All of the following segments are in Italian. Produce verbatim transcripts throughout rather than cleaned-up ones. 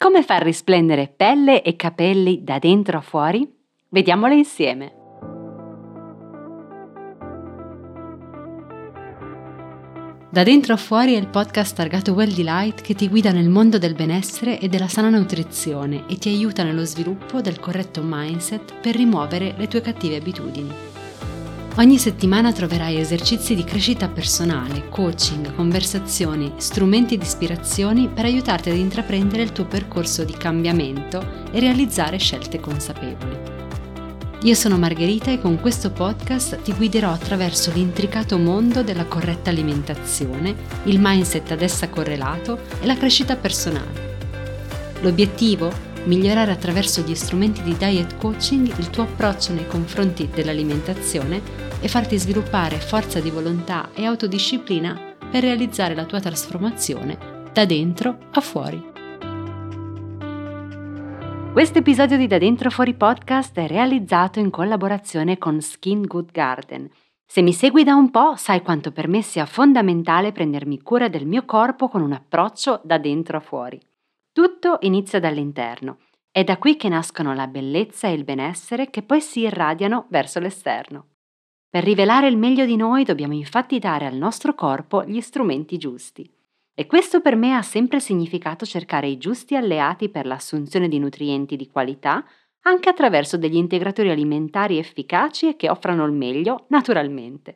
come far risplendere pelle e capelli da dentro a fuori? Vediamole insieme. Da dentro a fuori è il podcast targato Well Delight che ti guida nel mondo del benessere e della sana nutrizione e ti aiuta nello sviluppo del corretto mindset per rimuovere le tue cattive abitudini. Ogni settimana troverai esercizi di crescita personale, coaching, conversazioni, strumenti di ispirazione per aiutarti ad intraprendere il tuo percorso di cambiamento e realizzare scelte consapevoli. Io sono Margherita e con questo podcast ti guiderò attraverso l'intricato mondo della corretta alimentazione, il mindset ad essa correlato e la crescita personale. L'obiettivo? Migliorare attraverso gli strumenti di diet coaching il tuo approccio nei confronti dell'alimentazione e farti sviluppare forza di volontà e autodisciplina per realizzare la tua trasformazione da dentro a fuori. Questo episodio di Da Dentro Fuori Podcast è realizzato in collaborazione con Skin Good Garden. Se mi segui da un po', sai quanto per me sia fondamentale prendermi cura del mio corpo con un approccio da dentro a fuori. Tutto inizia dall'interno. È da qui che nascono la bellezza e il benessere che poi si irradiano verso l'esterno. Per rivelare il meglio di noi dobbiamo infatti dare al nostro corpo gli strumenti giusti. E questo per me ha sempre significato cercare i giusti alleati per l'assunzione di nutrienti di qualità, anche attraverso degli integratori alimentari efficaci e che offrano il meglio naturalmente.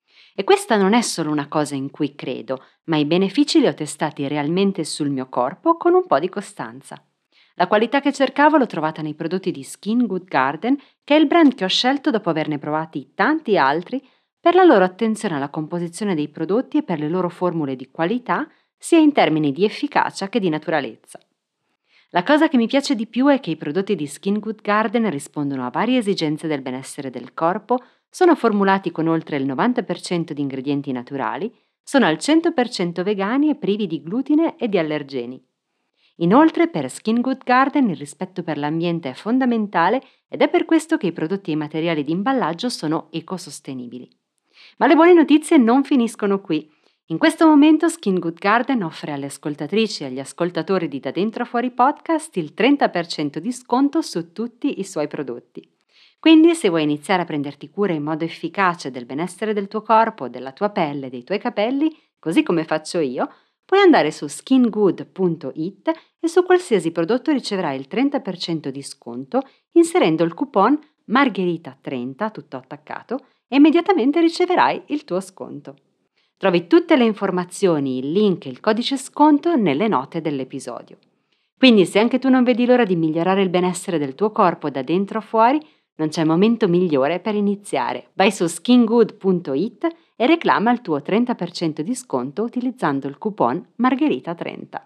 E questa non è solo una cosa in cui credo, ma i benefici li ho testati realmente sul mio corpo con un po' di costanza. La qualità che cercavo l'ho trovata nei prodotti di Skin Good Garden, che è il brand che ho scelto dopo averne provati tanti altri, per la loro attenzione alla composizione dei prodotti e per le loro formule di qualità, sia in termini di efficacia che di naturalezza. La cosa che mi piace di più è che i prodotti di Skin Good Garden rispondono a varie esigenze del benessere del corpo, sono formulati con oltre il novanta per cento di ingredienti naturali, sono al cento per cento vegani e privi di glutine e di allergeni. Inoltre, per Skin Good Garden il rispetto per l'ambiente è fondamentale ed è per questo che i prodotti e i materiali di imballaggio sono ecosostenibili. Ma le buone notizie non finiscono qui. In questo momento Skin Good Garden offre alle ascoltatrici e agli ascoltatori di Da Dentro Fuori Podcast il trenta per cento di sconto su tutti i suoi prodotti. Quindi se vuoi iniziare a prenderti cura in modo efficace del benessere del tuo corpo, della tua pelle, dei tuoi capelli, così come faccio io, puoi andare su skin good punto it e su qualsiasi prodotto riceverai il trenta per cento di sconto inserendo il coupon Margherita trenta, tutto attaccato, e immediatamente riceverai il tuo sconto. Trovi tutte le informazioni, il link e il codice sconto nelle note dell'episodio. Quindi se anche tu non vedi l'ora di migliorare il benessere del tuo corpo da dentro a fuori, non c'è momento migliore per iniziare. Vai su skin good punto it e reclama il tuo trenta per cento di sconto utilizzando il coupon Margherita trenta.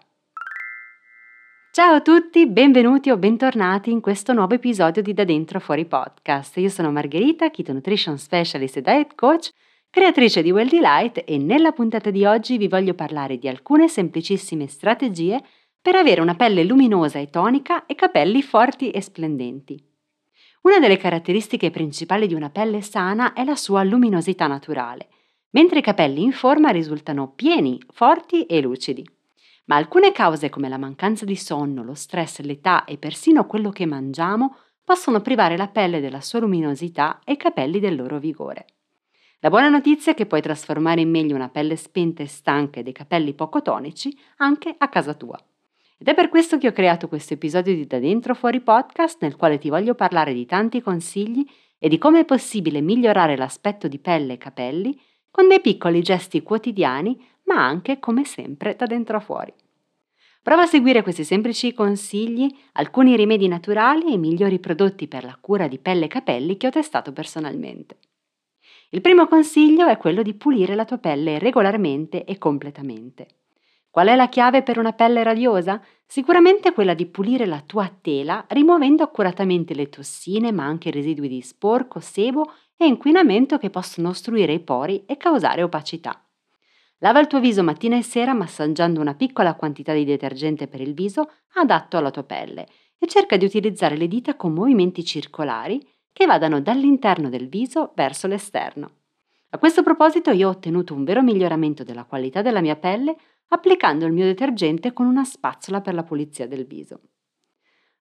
Ciao a tutti, benvenuti o bentornati in questo nuovo episodio di Da Dentro Fuori Podcast. Io sono Margherita, Keto Nutrition Specialist e Diet Coach, creatrice di Well Delight, e nella puntata di oggi vi voglio parlare di alcune semplicissime strategie per avere una pelle luminosa e tonica e capelli forti e splendenti. Una delle caratteristiche principali di una pelle sana è la sua luminosità naturale, mentre i capelli in forma risultano pieni, forti e lucidi. Ma alcune cause come la mancanza di sonno, lo stress, l'età e persino quello che mangiamo possono privare la pelle della sua luminosità e i capelli del loro vigore. La buona notizia è che puoi trasformare in meglio una pelle spenta e stanca e dei capelli poco tonici anche a casa tua. Ed è per questo che ho creato questo episodio di Da Dentro Fuori Podcast nel quale ti voglio parlare di tanti consigli e di come è possibile migliorare l'aspetto di pelle e capelli con dei piccoli gesti quotidiani, ma anche, come sempre, da dentro a fuori. Prova a seguire questi semplici consigli, alcuni rimedi naturali e i migliori prodotti per la cura di pelle e capelli che ho testato personalmente. Il primo consiglio è quello di pulire la tua pelle regolarmente e completamente. Qual è la chiave per una pelle radiosa? Sicuramente quella di pulire la tua tela rimuovendo accuratamente le tossine ma anche i residui di sporco, sebo e inquinamento che possono ostruire i pori e causare opacità. Lava il tuo viso mattina e sera massaggiando una piccola quantità di detergente per il viso adatto alla tua pelle e cerca di utilizzare le dita con movimenti circolari che vadano dall'interno del viso verso l'esterno. A questo proposito io ho ottenuto un vero miglioramento della qualità della mia pelle applicando il mio detergente con una spazzola per la pulizia del viso.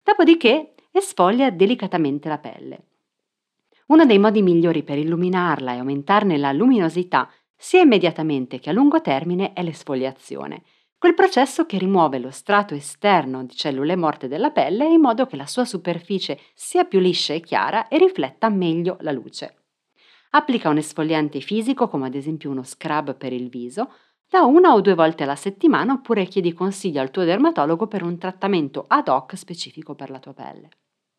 Dopodiché esfoglia delicatamente la pelle. Uno dei modi migliori per illuminarla e aumentarne la luminosità, sia immediatamente che a lungo termine, è l'esfoliazione, quel processo che rimuove lo strato esterno di cellule morte della pelle in modo che la sua superficie sia più liscia e chiara e rifletta meglio la luce. Applica un esfoliante fisico, come ad esempio uno scrub per il viso, da una o due volte alla settimana, oppure chiedi consiglio al tuo dermatologo per un trattamento ad hoc specifico per la tua pelle.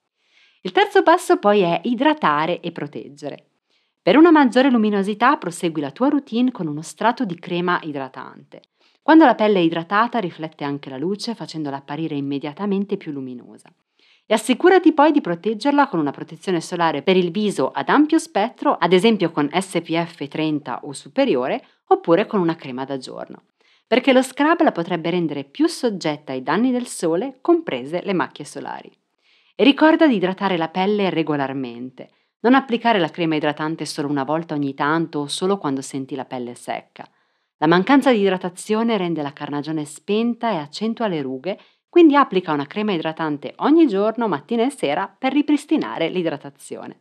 Il terzo passo poi è idratare e proteggere. Per una maggiore luminosità prosegui la tua routine con uno strato di crema idratante. Quando la pelle è idratata riflette anche la luce facendola apparire immediatamente più luminosa. E assicurati poi di proteggerla con una protezione solare per il viso ad ampio spettro, ad esempio con S P F trenta o superiore, oppure con una crema da giorno, perché lo scrub la potrebbe rendere più soggetta ai danni del sole, comprese le macchie solari. E ricorda di idratare la pelle regolarmente. Non applicare la crema idratante solo una volta ogni tanto o solo quando senti la pelle secca. La mancanza di idratazione rende la carnagione spenta e accentua le rughe, quindi applica una crema idratante ogni giorno, mattina e sera, per ripristinare l'idratazione.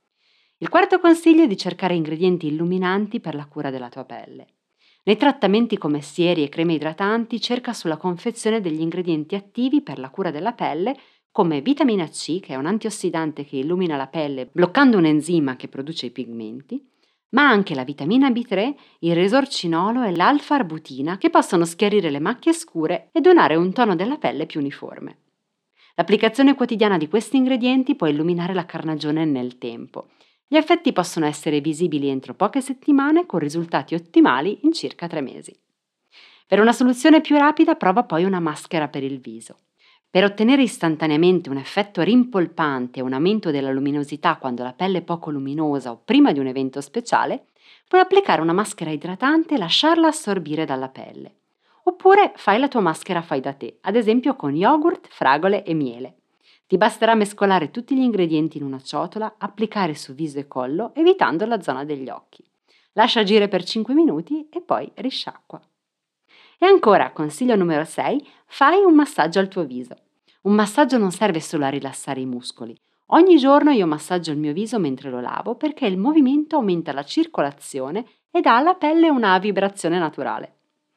Il quarto consiglio è di cercare ingredienti illuminanti per la cura della tua pelle. Nei trattamenti come sieri e creme idratanti cerca sulla confezione degli ingredienti attivi per la cura della pelle, come vitamina C, che è un antiossidante che illumina la pelle bloccando un enzima che produce i pigmenti, ma anche la vitamina B tre, il resorcinolo e l'alfa-arbutina, che possono schiarire le macchie scure e donare un tono della pelle più uniforme. L'applicazione quotidiana di questi ingredienti può illuminare la carnagione nel tempo. Gli effetti possono essere visibili entro poche settimane, con risultati ottimali in circa tre mesi. Per una soluzione più rapida prova poi una maschera per il viso. Per ottenere istantaneamente un effetto rimpolpante e un aumento della luminosità quando la pelle è poco luminosa o prima di un evento speciale, puoi applicare una maschera idratante e lasciarla assorbire dalla pelle. Oppure fai la tua maschera fai da te, ad esempio con yogurt, fragole e miele. Ti basterà mescolare tutti gli ingredienti in una ciotola, applicare su viso e collo, evitando la zona degli occhi. Lascia agire per cinque minuti e poi risciacqua. E ancora, consiglio numero sei, fai un massaggio al tuo viso. Un massaggio non serve solo a rilassare i muscoli. Ogni giorno io massaggio il mio viso mentre lo lavo perché il movimento aumenta la circolazione e dà alla pelle una vibrazione naturale.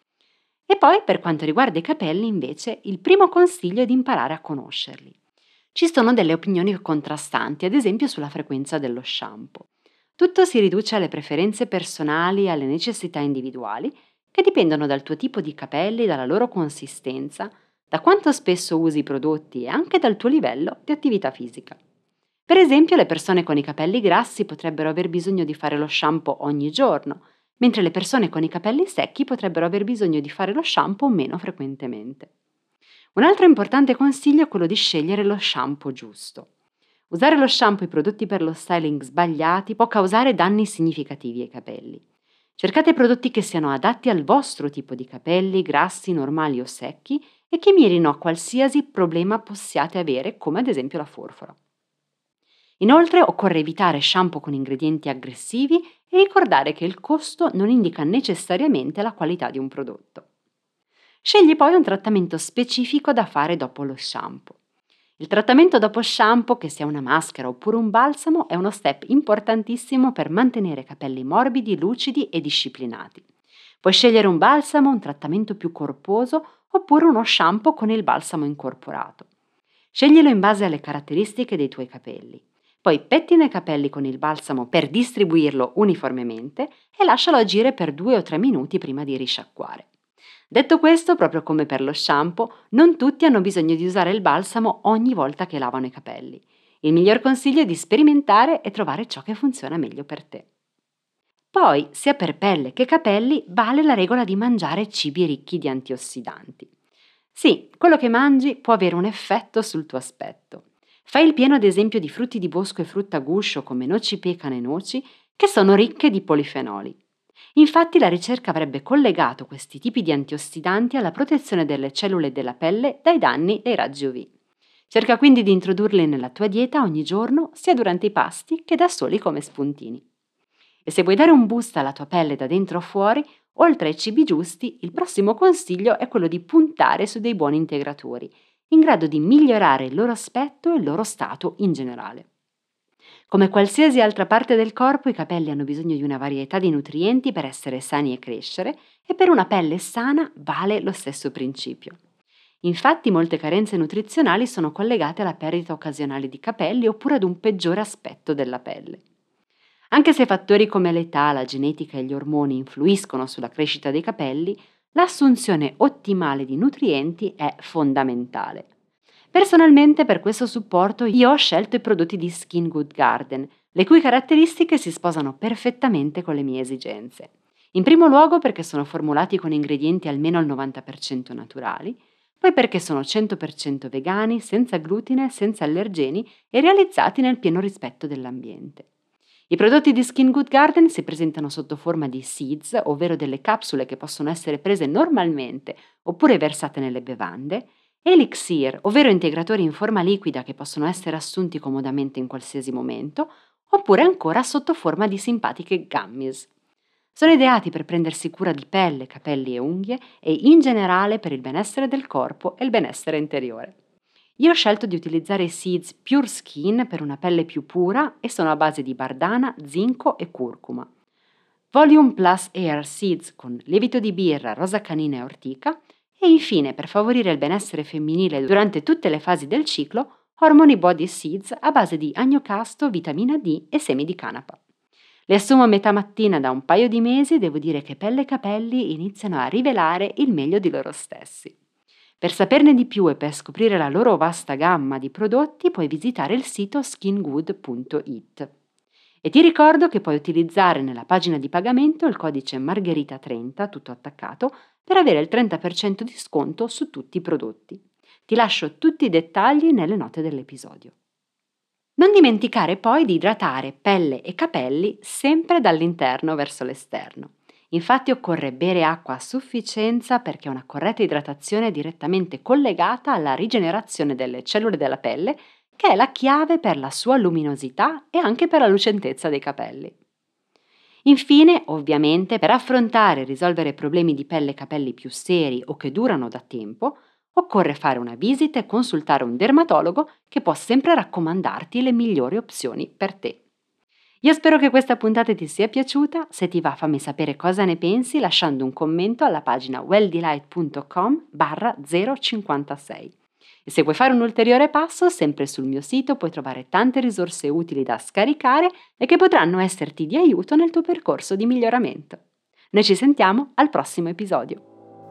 E poi, per quanto riguarda i capelli, invece, il primo consiglio è di imparare a conoscerli. Ci sono delle opinioni contrastanti, ad esempio sulla frequenza dello shampoo. Tutto si riduce alle preferenze personali e alle necessità individuali, che dipendono dal tuo tipo di capelli, dalla loro consistenza, da quanto spesso usi i prodotti e anche dal tuo livello di attività fisica. Per esempio, le persone con i capelli grassi potrebbero aver bisogno di fare lo shampoo ogni giorno, mentre le persone con i capelli secchi potrebbero aver bisogno di fare lo shampoo meno frequentemente. Un altro importante consiglio è quello di scegliere lo shampoo giusto. Usare lo shampoo e i prodotti per lo styling sbagliati può causare danni significativi ai capelli. Cercate prodotti che siano adatti al vostro tipo di capelli, grassi, normali o secchi, e che mirino a qualsiasi problema possiate avere, come ad esempio la forfora. Inoltre occorre evitare shampoo con ingredienti aggressivi e ricordare che il costo non indica necessariamente la qualità di un prodotto. Scegli poi un trattamento specifico da fare dopo lo shampoo. Il trattamento dopo shampoo, che sia una maschera oppure un balsamo, è uno step importantissimo per mantenere capelli morbidi, lucidi e disciplinati. Puoi scegliere un balsamo, un trattamento più corposo oppure uno shampoo con il balsamo incorporato. Sceglilo in base alle caratteristiche dei tuoi capelli. Poi pettina i capelli con il balsamo per distribuirlo uniformemente e lascialo agire per due o tre minuti prima di risciacquare. Detto questo, proprio come per lo shampoo, non tutti hanno bisogno di usare il balsamo ogni volta che lavano i capelli. Il miglior consiglio è di sperimentare e trovare ciò che funziona meglio per te. Poi, sia per pelle che capelli, vale la regola di mangiare cibi ricchi di antiossidanti. Sì, quello che mangi può avere un effetto sul tuo aspetto. Fai il pieno ad esempio di frutti di bosco e frutta a guscio come noci, pecane e noci, che sono ricche di polifenoli. Infatti la ricerca avrebbe collegato questi tipi di antiossidanti alla protezione delle cellule della pelle dai danni dei raggi U V. Cerca quindi di introdurli nella tua dieta ogni giorno, sia durante i pasti che da soli come spuntini. E se vuoi dare un boost alla tua pelle da dentro o fuori, oltre ai cibi giusti, il prossimo consiglio è quello di puntare su dei buoni integratori. in grado di migliorare il loro aspetto e il loro stato in generale. Come qualsiasi altra parte del corpo, i capelli hanno bisogno di una varietà di nutrienti per essere sani e crescere, e per una pelle sana vale lo stesso principio. Infatti, molte carenze nutrizionali sono collegate alla perdita occasionale di capelli oppure ad un peggiore aspetto della pelle. Anche se fattori come l'età, la genetica e gli ormoni influiscono sulla crescita dei capelli, l'assunzione ottimale di nutrienti è fondamentale. Personalmente, per questo supporto, io ho scelto i prodotti di Skin Good Garden, le cui caratteristiche si sposano perfettamente con le mie esigenze. In primo luogo perché sono formulati con ingredienti almeno al novanta per cento naturali, poi perché sono cento per cento vegani, senza glutine, senza allergeni e realizzati nel pieno rispetto dell'ambiente. I prodotti di Skin Good Garden si presentano sotto forma di seeds, ovvero delle capsule che possono essere prese normalmente oppure versate nelle bevande, elixir, ovvero integratori in forma liquida che possono essere assunti comodamente in qualsiasi momento, oppure ancora sotto forma di simpatiche gummies. Sono ideati per prendersi cura di pelle, capelli e unghie e in generale per il benessere del corpo e il benessere interiore. Io ho scelto di utilizzare i seeds Pure Skin per una pelle più pura e sono a base di bardana, zinco e curcuma. Volume Plus Air Seeds con lievito di birra, rosa canina e ortica. E infine, per favorire il benessere femminile durante tutte le fasi del ciclo, Hormony Body Seeds a base di agnocasto, vitamina D e semi di canapa. Le assumo a metà mattina da un paio di mesi e devo dire che pelle e capelli iniziano a rivelare il meglio di loro stessi. Per saperne di più e per scoprire la loro vasta gamma di prodotti puoi visitare il sito skin good punto it. E ti ricordo che puoi utilizzare nella pagina di pagamento il codice Margherita trenta, tutto attaccato, per avere il trenta per cento di sconto su tutti i prodotti. Ti lascio tutti i dettagli nelle note dell'episodio. Non dimenticare poi di idratare pelle e capelli sempre dall'interno verso l'esterno. Infatti occorre bere acqua a sufficienza perché una corretta idratazione è direttamente collegata alla rigenerazione delle cellule della pelle, che è la chiave per la sua luminosità e anche per la lucentezza dei capelli. Infine, ovviamente, per affrontare e risolvere problemi di pelle e capelli più seri o che durano da tempo, occorre fare una visita e consultare un dermatologo che può sempre raccomandarti le migliori opzioni per te. Io spero che questa puntata ti sia piaciuta. Se ti va, fammi sapere cosa ne pensi lasciando un commento alla pagina welldelight punto com barra zero cinquantasei. E se vuoi fare un ulteriore passo, sempre sul mio sito puoi trovare tante risorse utili da scaricare e che potranno esserti di aiuto nel tuo percorso di miglioramento. Noi ci sentiamo al prossimo episodio.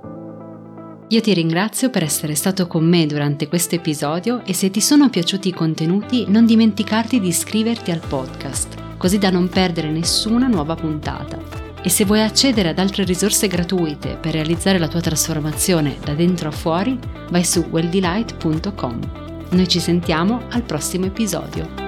Io ti ringrazio per essere stato con me durante questo episodio e se ti sono piaciuti i contenuti non dimenticarti di iscriverti al podcast, così da non perdere nessuna nuova puntata. E se vuoi accedere ad altre risorse gratuite per realizzare la tua trasformazione da dentro a fuori, vai su welldelight punto com. Noi ci sentiamo al prossimo episodio.